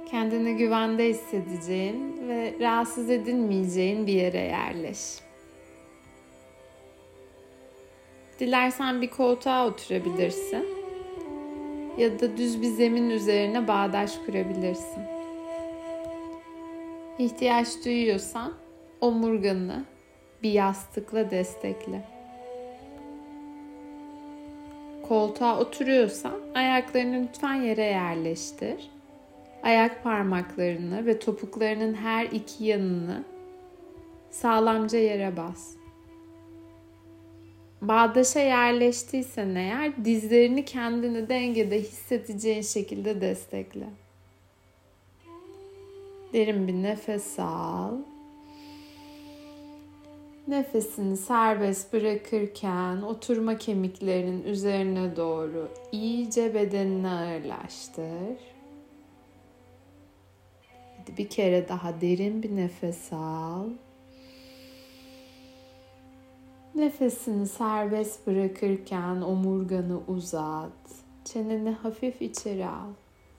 Kendini güvende hissedeceğin ve rahatsız edilmeyeceğin bir yere yerleş. Dilersen bir koltuğa oturabilirsin ya da düz bir zemin üzerine bağdaş kurabilirsin. İhtiyaç duyuyorsan omurganı bir yastıkla destekle. Koltuğa oturuyorsan ayaklarını lütfen yere yerleştir. Ayak parmaklarını ve topuklarının her iki yanını sağlamca yere bas. Bağdaşa yerleştiysen eğer dizlerini kendini dengede hissedeceğin şekilde destekle. Derin bir nefes al. Nefesini serbest bırakırken oturma kemiklerinin üzerine doğru iyice bedenini ağırlaştır. Hadi bir kere daha derin bir nefes al. Nefesini serbest bırakırken omurganı uzat. Çeneni hafif içeri al.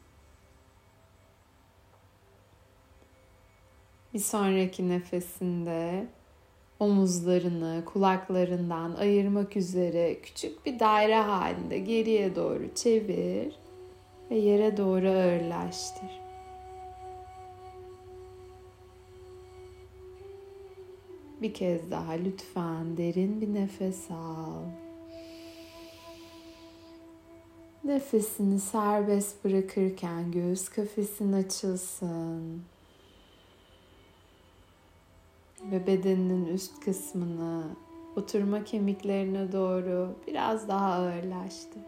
Bir sonraki nefesinde omuzlarını kulaklarından ayırmak üzere küçük bir daire halinde geriye doğru çevir ve yere doğru ağırlaştır. Bir kez daha lütfen derin bir nefes al. Nefesini serbest bırakırken göğüs kafesin açılsın. Ve bedeninin üst kısmını oturma kemiklerine doğru biraz daha ağırlaştır.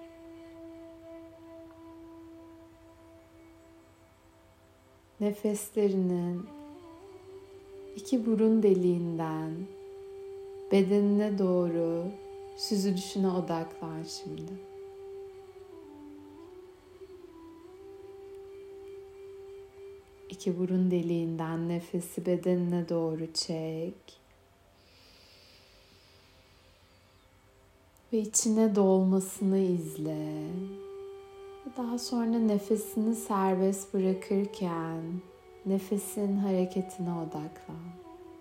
Nefeslerinin iki burun deliğinden bedenine doğru süzülüşüne odaklan şimdi. İki burun deliğinden nefesi bedenine doğru çek. Ve içine dolmasını izle. Daha sonra nefesini serbest bırakırken nefesin hareketine odaklan.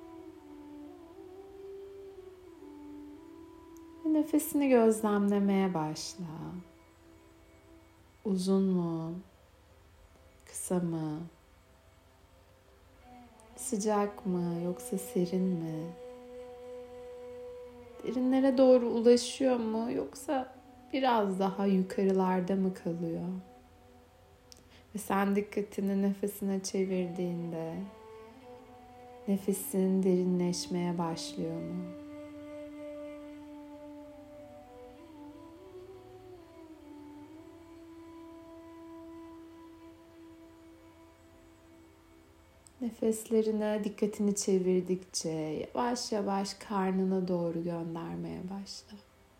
Ve nefesini gözlemlemeye başla. Uzun mu? Kısa mı? Sıcak mı yoksa serin mi? Derinlere doğru ulaşıyor mu yoksa biraz daha yukarılarda mı kalıyor? Ve sen dikkatini nefesine çevirdiğinde nefesin derinleşmeye başlıyor mu? Nefeslerine dikkatini çevirdikçe yavaş yavaş karnına doğru göndermeye başla.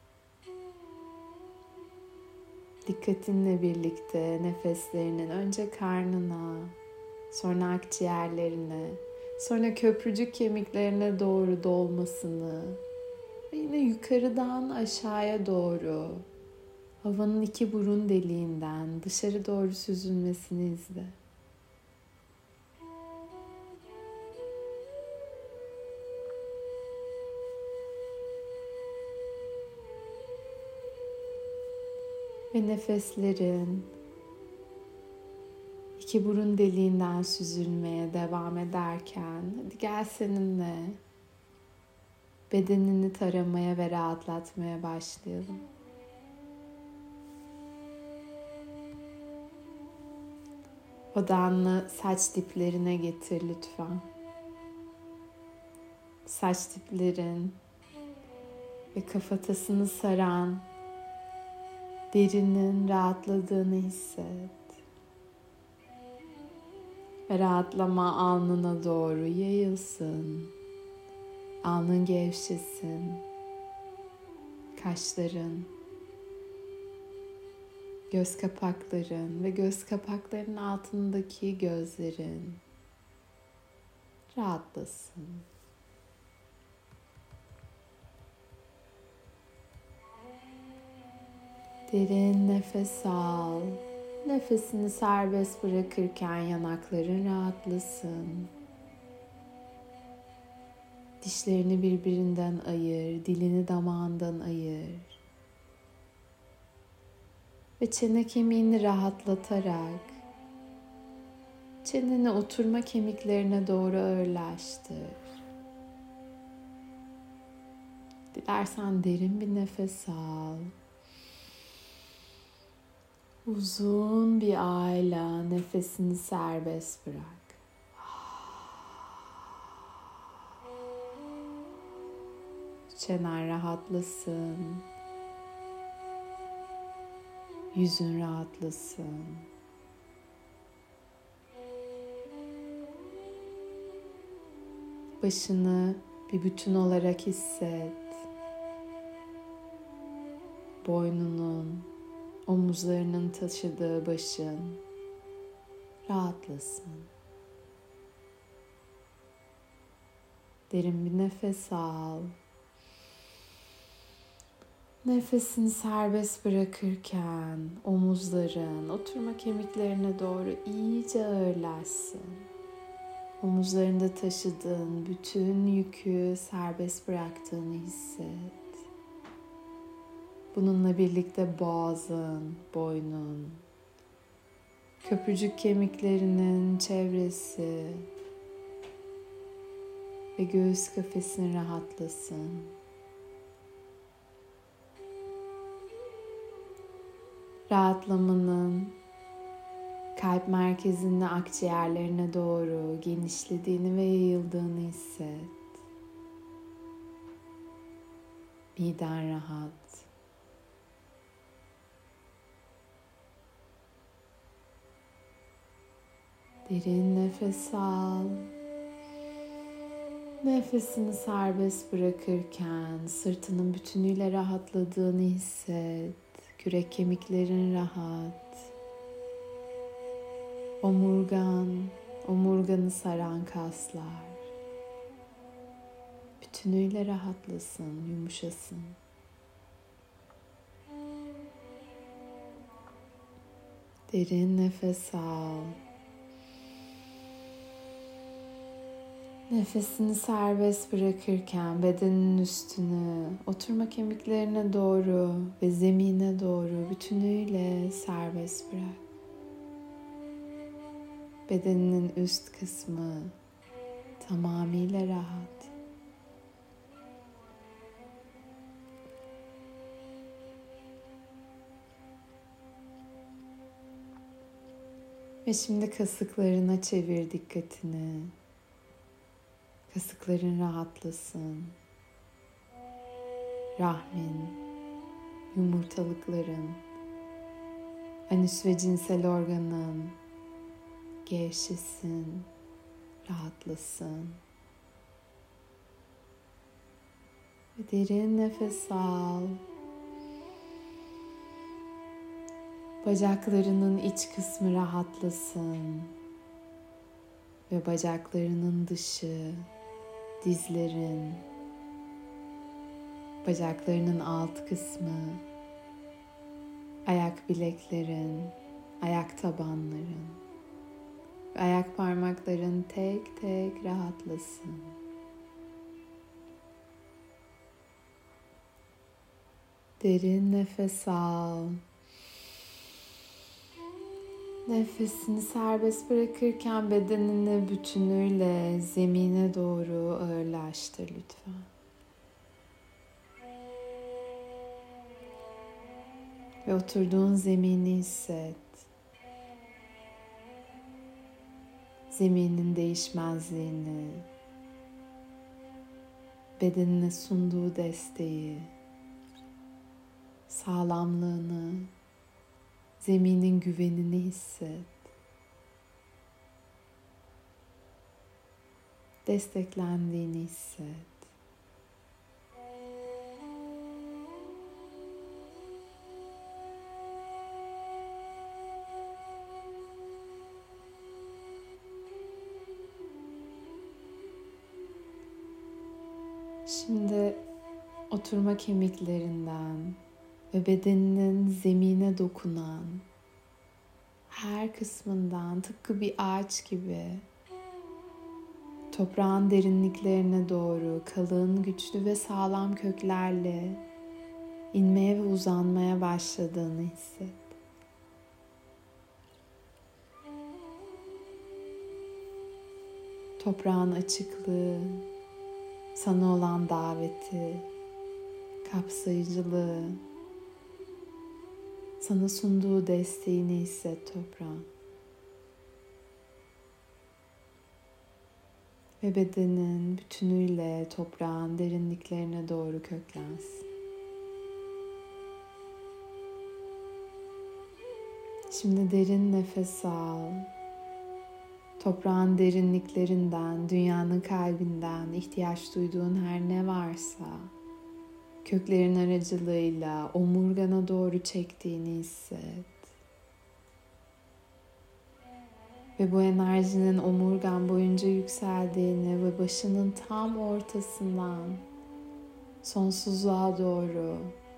Dikkatinle birlikte nefeslerinin önce karnına, sonra akciğerlerine, sonra köprücük kemiklerine doğru dolmasını ve yine yukarıdan aşağıya doğru havanın iki burun deliğinden dışarı doğru süzülmesini izle. Ve nefeslerin iki burun deliğinden süzülmeye devam ederken hadi gel seninle bedenini taramaya ve rahatlatmaya başlayalım. Odağını saç diplerine getir lütfen. Saç diplerin ve kafatasını saran derinin rahatladığını hisset. Ve rahatlama alnına doğru yayılsın. Alnın gevşesin. Kaşların, göz kapakların ve göz kapaklarının altındaki gözlerin rahatlasın. Derin nefes al. Nefesini serbest bırakırken yanakların rahatlasın. Dişlerini birbirinden ayır, dilini damağından ayır. Ve çene kemiğini rahatlatarak çeneni oturma kemiklerine doğru ağırlaştır. Dilersen derin bir nefes al. Uzun bir ağla nefesini serbest bırak. Çenen rahatlasın. Yüzün rahatlasın. Başını bir bütün olarak hisset. Boynunun, omuzlarının taşıdığı başın rahatlasın. Derin bir nefes al. Nefesini serbest bırakırken omuzların oturma kemiklerine doğru iyice ağırlaşsın. Omuzlarında taşıdığın bütün yükü serbest bıraktığını hisset. Bununla birlikte boğazın, boynun, köprücük kemiklerinin çevresi ve göğüs kafesin rahatlasın. Rahatlamanın kalp merkezinde akciğerlerine doğru genişlediğini ve yayıldığını hisset. Miden rahat. Derin nefes al. Nefesini serbest bırakırken sırtının bütünüyle rahatladığını hisset. Kürek kemiklerin rahat. Omurganı saran kaslar bütünüyle rahatlasın, yumuşasın. Derin nefes al. Nefesini serbest bırakırken bedenin üstünü oturma kemiklerine doğru ve zemine doğru bütünüyle serbest bırak. Bedeninin üst kısmı tamamıyla rahat. Ve şimdi kasıklarına çevir dikkatini. Kasıkların rahatlasın. Rahmin, yumurtalıkların, anüs ve cinsel organın gevşesin, rahatlasın. Ve derin nefes al. Bacaklarının iç kısmı rahatlasın. Ve bacaklarının dışı, dizlerin, bacaklarının alt kısmı, ayak bileklerin, ayak tabanların, ayak parmakların tek tek rahatlasın. Derin nefes al. Nefesini serbest bırakırken bedenini bütünüyle zemine doğru ağırlaştır lütfen. Ve oturduğun zemini hisset. Zeminin değişmezliğini, bedenine sunduğu desteği, sağlamlığını, zeminin güvenini hisset. Desteklendiğini hisset. Şimdi oturma kemiklerinden ve bedeninin zemine dokunan her kısmından tıpkı bir ağaç gibi toprağın derinliklerine doğru kalın, güçlü ve sağlam köklerle inmeye ve uzanmaya başladığını hisset. Toprağın açıklığı, sana olan daveti, kapsayıcılığı, sana sunduğu desteğini hisset toprağın. Ve bedenin bütünüyle toprağın derinliklerine doğru köklensin. Şimdi derin nefes al. Toprağın derinliklerinden, dünyanın kalbinden ihtiyaç duyduğun her ne varsa köklerin aracılığıyla omurgana doğru çektiğini hisset. Ve bu enerjinin omurgan boyunca yükseldiğini ve başının tam ortasından sonsuzluğa doğru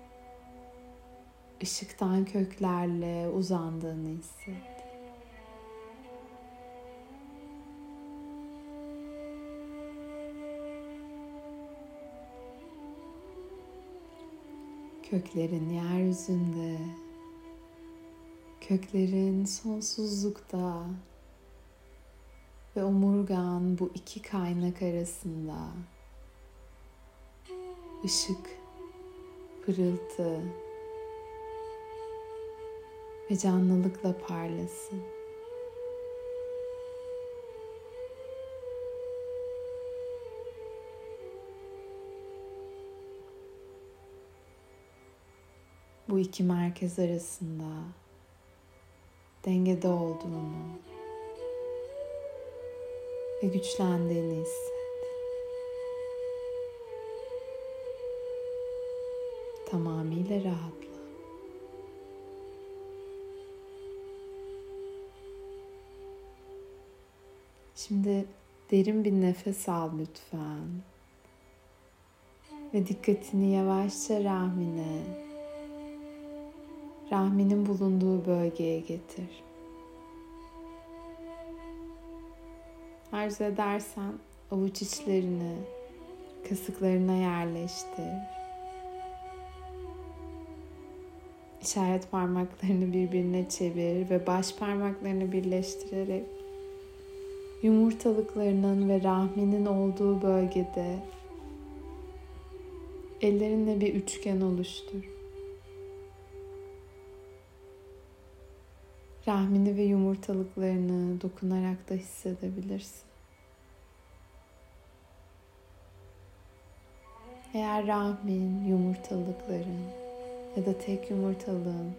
ışıktan köklerle uzandığını hisset. Köklerin yeryüzünde, köklerin sonsuzlukta ve omurgan bu iki kaynak arasında ışık, pırıltı ve canlılıkla parlasın. Bu iki merkez arasında dengede olduğunu ve güçlendiğini hisset. Tamamıyla rahatla. Şimdi derin bir nefes al lütfen. Ve dikkatini yavaşça rahminin bulunduğu bölgeye getir. Arzu edersen avuç içlerini kasıklarına yerleştir. İşaret parmaklarını birbirine çevir ve baş parmaklarını birleştirerek yumurtalıklarının ve rahminin olduğu bölgede ellerinle bir üçgen oluştur. Rahmini ve yumurtalıklarını dokunarak da hissedebilirsin. Eğer rahmin, yumurtalıkların ya da tek yumurtalığın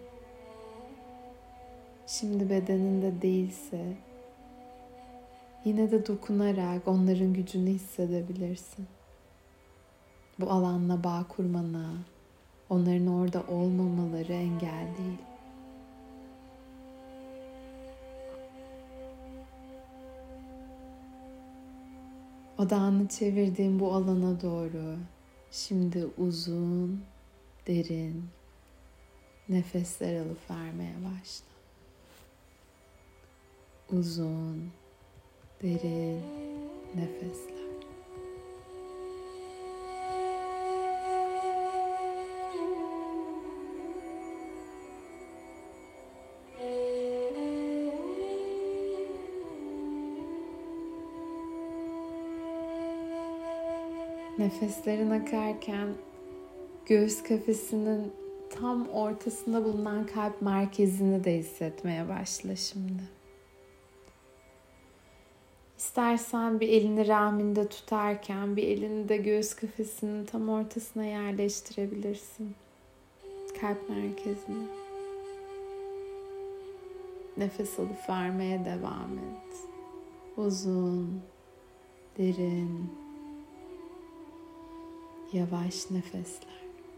şimdi bedeninde değilse, yine de dokunarak onların gücünü hissedebilirsin. Bu alanla bağ kurmana, onların orada olmamaları engel değil. Odağını çevirdiğin bu alana doğru şimdi uzun, derin nefesler alıp vermeye başla. Uzun, derin nefesler. Nefeslerin akarken göğüs kafesinin tam ortasında bulunan kalp merkezini de hissetmeye başla şimdi. İstersen bir elini rahminde tutarken bir elini de göğüs kafesinin tam ortasına yerleştirebilirsin. Kalp merkezine. Nefes alıp vermeye devam et. Uzun, derin, yavaş nefesler.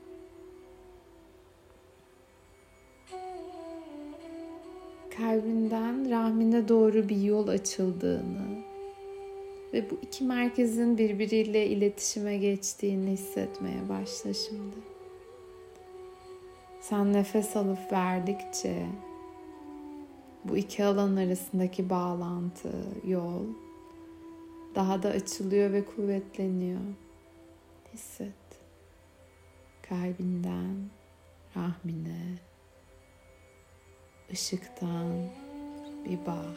Kalbinden rahmine doğru bir yol açıldığını ve bu iki merkezin birbiriyle iletişime geçtiğini hissetmeye başla şimdi. Sen nefes alıp verdikçe bu iki alan arasındaki bağlantı, yol daha da açılıyor ve kuvvetleniyor. Hisset. Kalbinden rahmine, ışıktan bir bağ.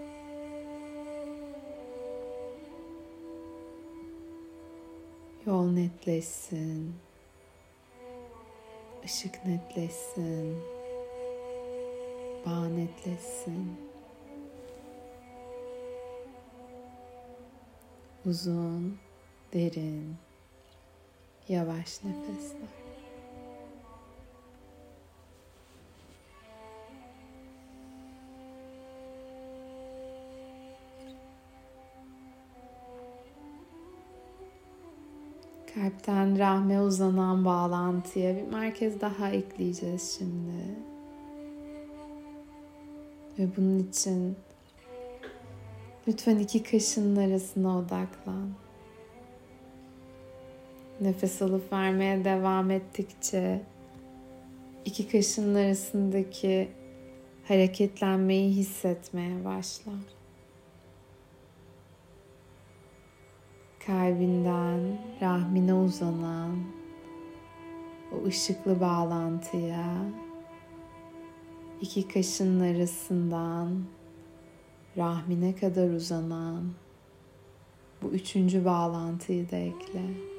Yol netleşsin, ışık netleşsin, bağ netleşsin. Uzun, derin, yavaş nefesler. Kalpten rahme uzanan bağlantıya bir merkez daha ekleyeceğiz şimdi. Ve bunun için lütfen iki kaşının arasına odaklan. Nefes alıp vermeye devam ettikçe iki kaşının arasındaki hareketlenmeyi hissetmeye başla. Kalbinden rahmine uzanan o ışıklı bağlantıya iki kaşının arasından rahmine kadar uzanan bu üçüncü bağlantıyı da ekle.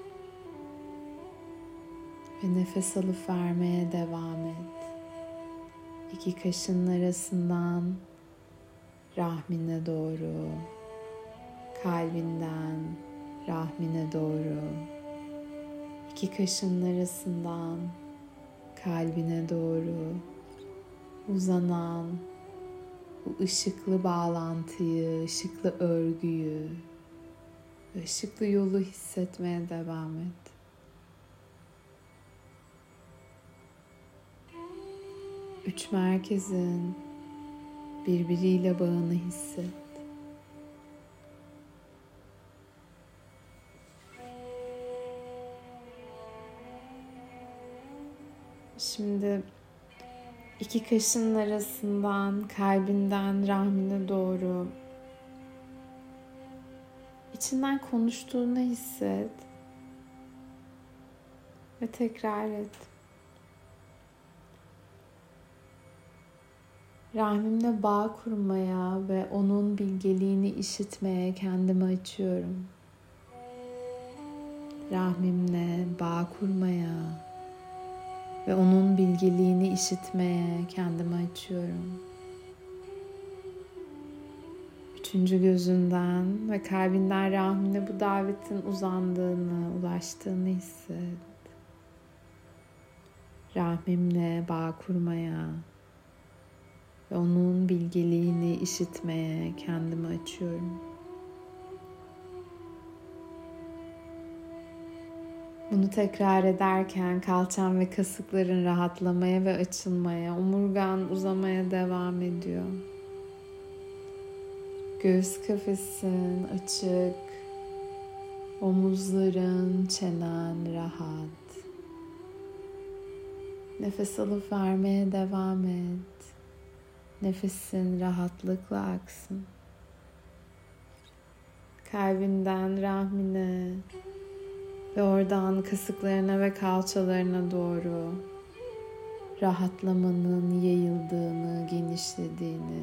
Ve nefes alıp vermeye devam et. İki kaşının arasından rahmine doğru, kalbinden rahmine doğru, iki kaşının arasından kalbine doğru uzanan bu ışıklı bağlantıyı, ışıklı örgüyü, ışıklı yolu hissetmeye devam et. Üç merkezin birbiriyle bağını hisset. Şimdi iki kaşının arasından, kalbinden rahmine doğru içinden konuştuğunu hisset ve tekrar et. Rahmimle bağ kurmaya ve onun bilgeliğini işitmeye kendimi açıyorum. Rahmimle bağ kurmaya ve onun bilgeliğini işitmeye kendimi açıyorum. Üçüncü gözünden ve kalbinden rahmine bu davetin uzandığını, ulaştığını hisset. Rahmimle bağ kurmaya ve onun bilgeliğini işitmeye kendimi açıyorum. Bunu tekrar ederken kalçan ve kasıkların rahatlamaya ve açılmaya, omurgan uzamaya devam ediyor. Göğüs kafesin açık, omuzların, çenen rahat. Nefes alıp vermeye devam et. Nefesin rahatlıkla aksın. Kalbinden rahmine ve oradan kasıklarına ve kalçalarına doğru rahatlamanın yayıldığını, genişlediğini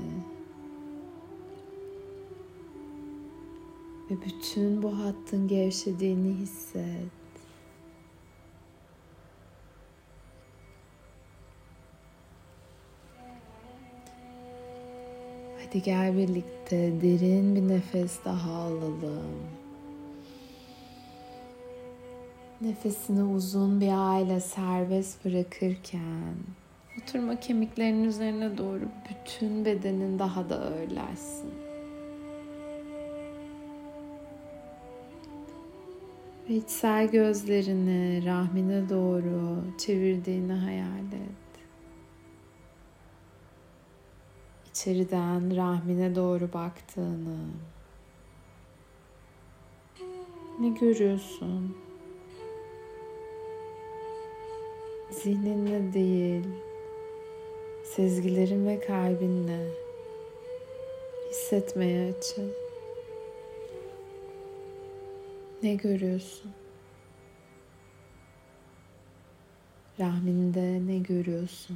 ve bütün bu hattın gevşediğini hisset. Hadi gel birlikte derin bir nefes daha alalım. Nefesini uzun bir ağla serbest bırakırken oturma kemiklerinin üzerine doğru bütün bedenin daha da ağırlaşsın. Ve içsel gözlerini rahmine doğru çevirdiğini hayal et. İçeriden rahmine doğru baktığını, ne görüyorsun? Zihninle değil, sezgilerin ve kalbinle Hissetmeye açıl. Ne görüyorsun? Rahminde ne görüyorsun?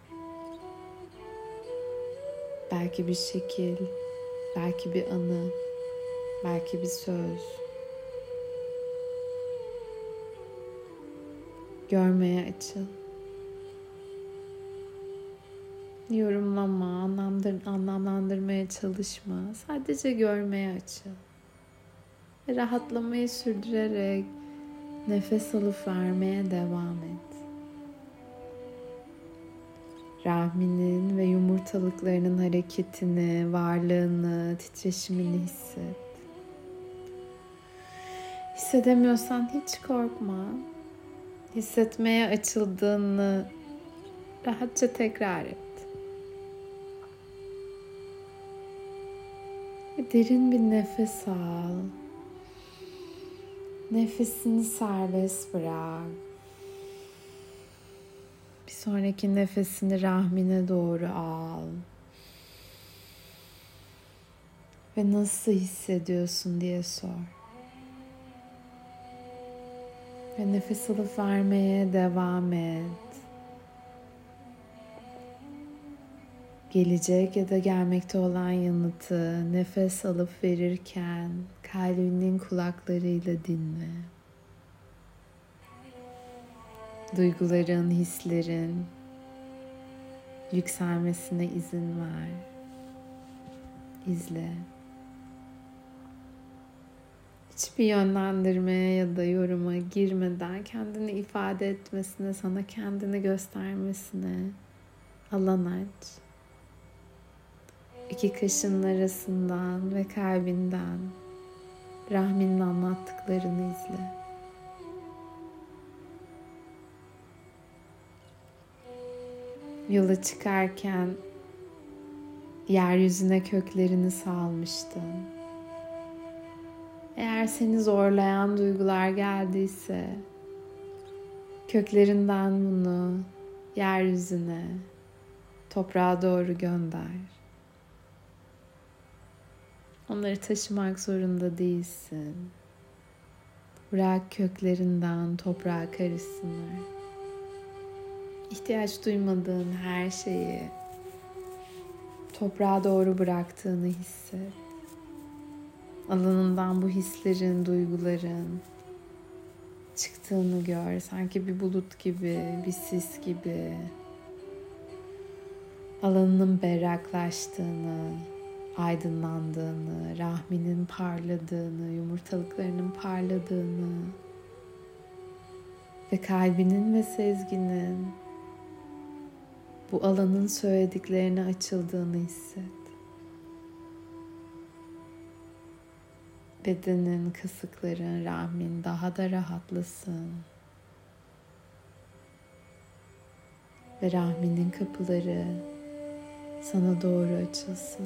Belki bir şekil, belki bir anı, belki bir söz. Görmeye açıl. Yorumlama, anlamlandırmaya çalışma. Sadece görmeye açıl. Ve rahatlamayı sürdürerek nefes alıp vermeye devam et. Rahminin ve yumurtalıklarının hareketini, varlığını, titreşimini hisset. Hissedemiyorsan hiç korkma. Hissetmeye açıldığını rahatça tekrar et. Ve derin bir nefes al. Nefesini serbest bırak. Bir sonraki nefesini rahmine doğru al. Ve nasıl hissediyorsun diye sor. Ve nefes alıp vermeye devam et. Gelecek ya da gelmekte olan yanıtı nefes alıp verirken kalbinin kulaklarıyla dinle. Duyguların, hislerin yükselmesine izin ver. İzle. Hiçbir yönlendirmeye ya da yoruma girmeden kendini ifade etmesine, sana kendini göstermesine alan aç. İki kaşının arasından ve kalbinden rahminin anlattıklarını izle. Yola çıkarken yeryüzüne köklerini salmıştın. Eğer seni zorlayan duygular geldiyse köklerinden bunu yeryüzüne, toprağa doğru gönder. Onları taşımak zorunda değilsin. Bırak köklerinden toprağa karışsınlar. İhtiyaç duymadığın her şeyi toprağa doğru bıraktığını hisset. Alanından bu hislerin, duyguların çıktığını gör. Sanki bir bulut gibi, bir sis gibi. Alanının berraklaştığını, aydınlandığını, rahminin parladığını, yumurtalıklarının parladığını ve kalbinin ve sezginin bu alanın söylediklerine açıldığını hisset. Bedenin, kasıkların, rahmin daha da rahatlasın. Ve rahminin kapıları sana doğru açılsın.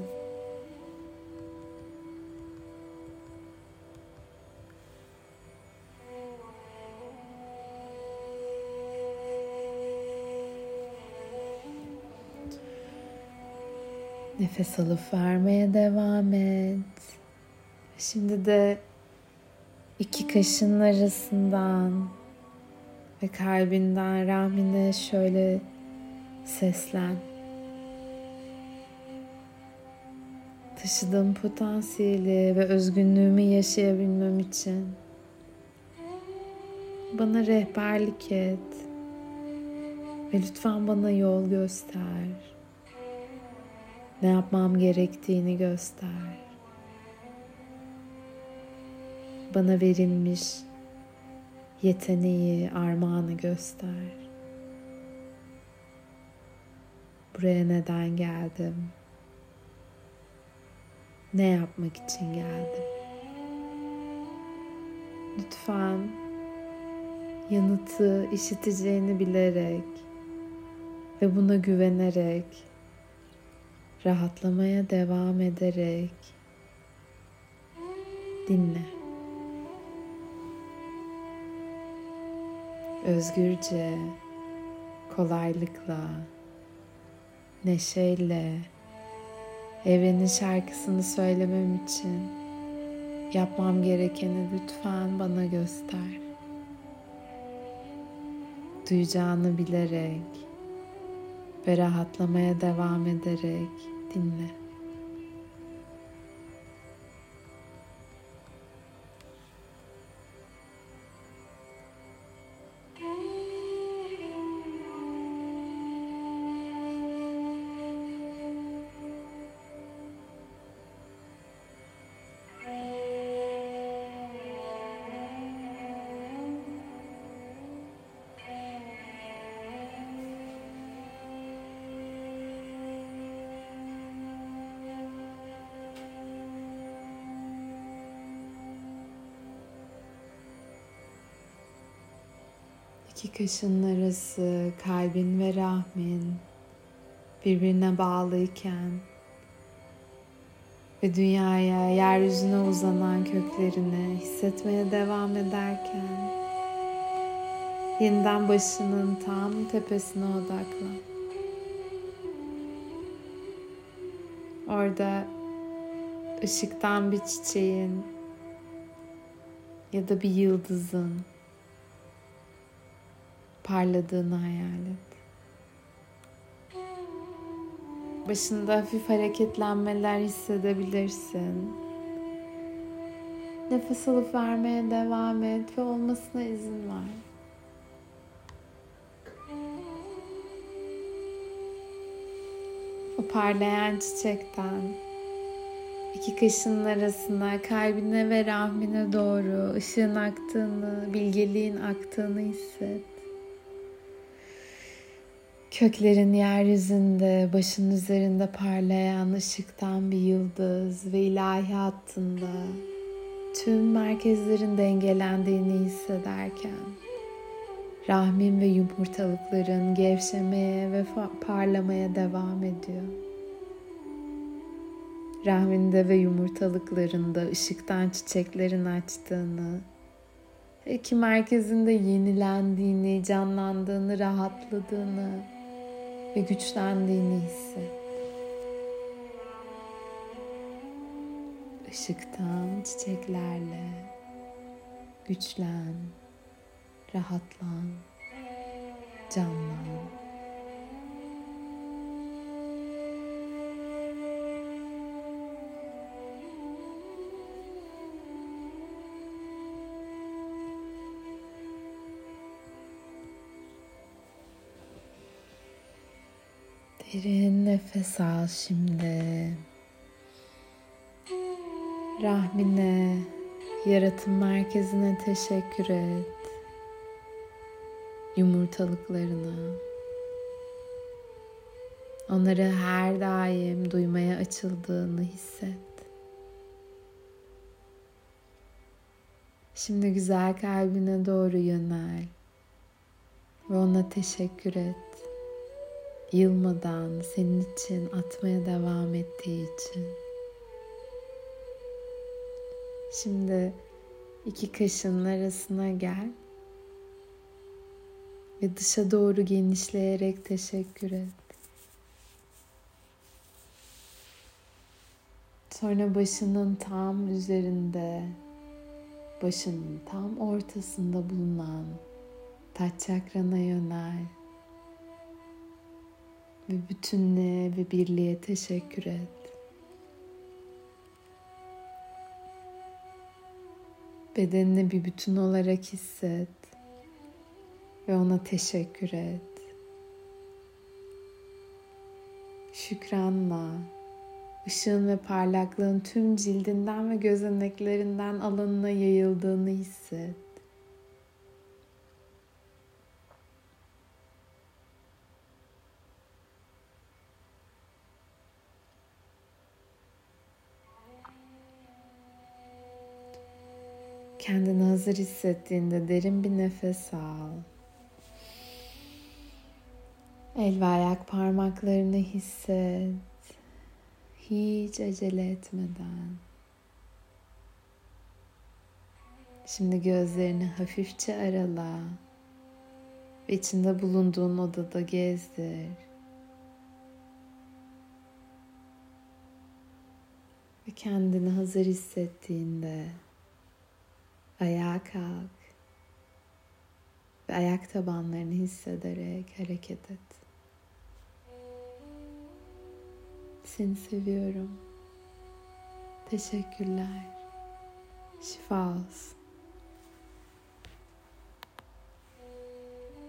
Nefes alıp vermeye devam et. Şimdi de iki kaşın arasından ve kalbinden rahmine şöyle seslen. Taşıdığım potansiyeli ve özgünlüğümü yaşayabilmem için bana rehberlik et ve lütfen bana yol göster. Ne yapmam gerektiğini göster. Bana verilmiş yeteneği, armağanı göster. Buraya neden geldim? Ne yapmak için geldim? Lütfen yanıtı işiteceğini bilerek ve buna güvenerek, rahatlamaya devam ederek dinle. Özgürce, kolaylıkla, neşeyle Evrenin şarkısını söylemem için yapmam gerekeni lütfen bana göster. Duyacağını bilerek ve rahatlamaya devam ederek dinle. İki kaşın arası kalbin ve rahmin birbirine bağlıyken ve dünyaya, yeryüzüne uzanan köklerini hissetmeye devam ederken yeniden başının tam tepesine odaklan. Orada ışıktan bir çiçeğin ya da bir yıldızın parladığını hayal et. Başında hafif hareketlenmeler hissedebilirsin. Nefes alıp vermeye devam et ve olmasına izin ver. O parlayan çiçekten iki kaşının arasına, kalbine ve rahmine doğru ışığın aktığını, bilgeliğin aktığını hisset. Köklerin yeryüzünde, başın üzerinde parlayan ışıktan bir yıldız ve ilahi hattında tüm merkezlerin dengelendiğini hissederken rahmin ve yumurtalıkların gevşemeye ve parlamaya devam ediyor. Rahminde ve yumurtalıklarında ışıktan çiçeklerin açtığını, iki merkezinde yenilendiğini, canlandığını, rahatladığını ve güçlendiğini hisset. Işıktan çiçeklerle güçlen, rahatlan, canlan. Derin nefes al şimdi. Rahmine, yaratım merkezine teşekkür et. Yumurtalıklarına. Onları her daim duymaya açıldığını hisset. Şimdi güzel kalbine doğru yönel ve ona teşekkür et. Yılmadan senin için atmaya devam ettiği için. Şimdi iki kaşının arasına gel ve dışa doğru genişleyerek teşekkür et. Sonra başının tam üzerinde, başının tam ortasında bulunan taç çakrana yönel. Ve bütünlüğe ve birliğe teşekkür et. Bedenini bir bütün olarak hisset ve ona teşekkür et. Şükranla, ışığın ve parlaklığın tüm cildinden ve gözeneklerinden alanına yayıldığını hisset. Kendini hazır hissettiğinde derin bir nefes al. El ve ayak parmaklarını hisset. Hiç acele etmeden. Şimdi gözlerini hafifçe arala ve içinde bulunduğun odada gezdir. Kendini hazır hissettiğinde ayağa kalk ve ayak tabanlarını hissederek hareket et. Seni seviyorum. Teşekkürler. Şifa olsun.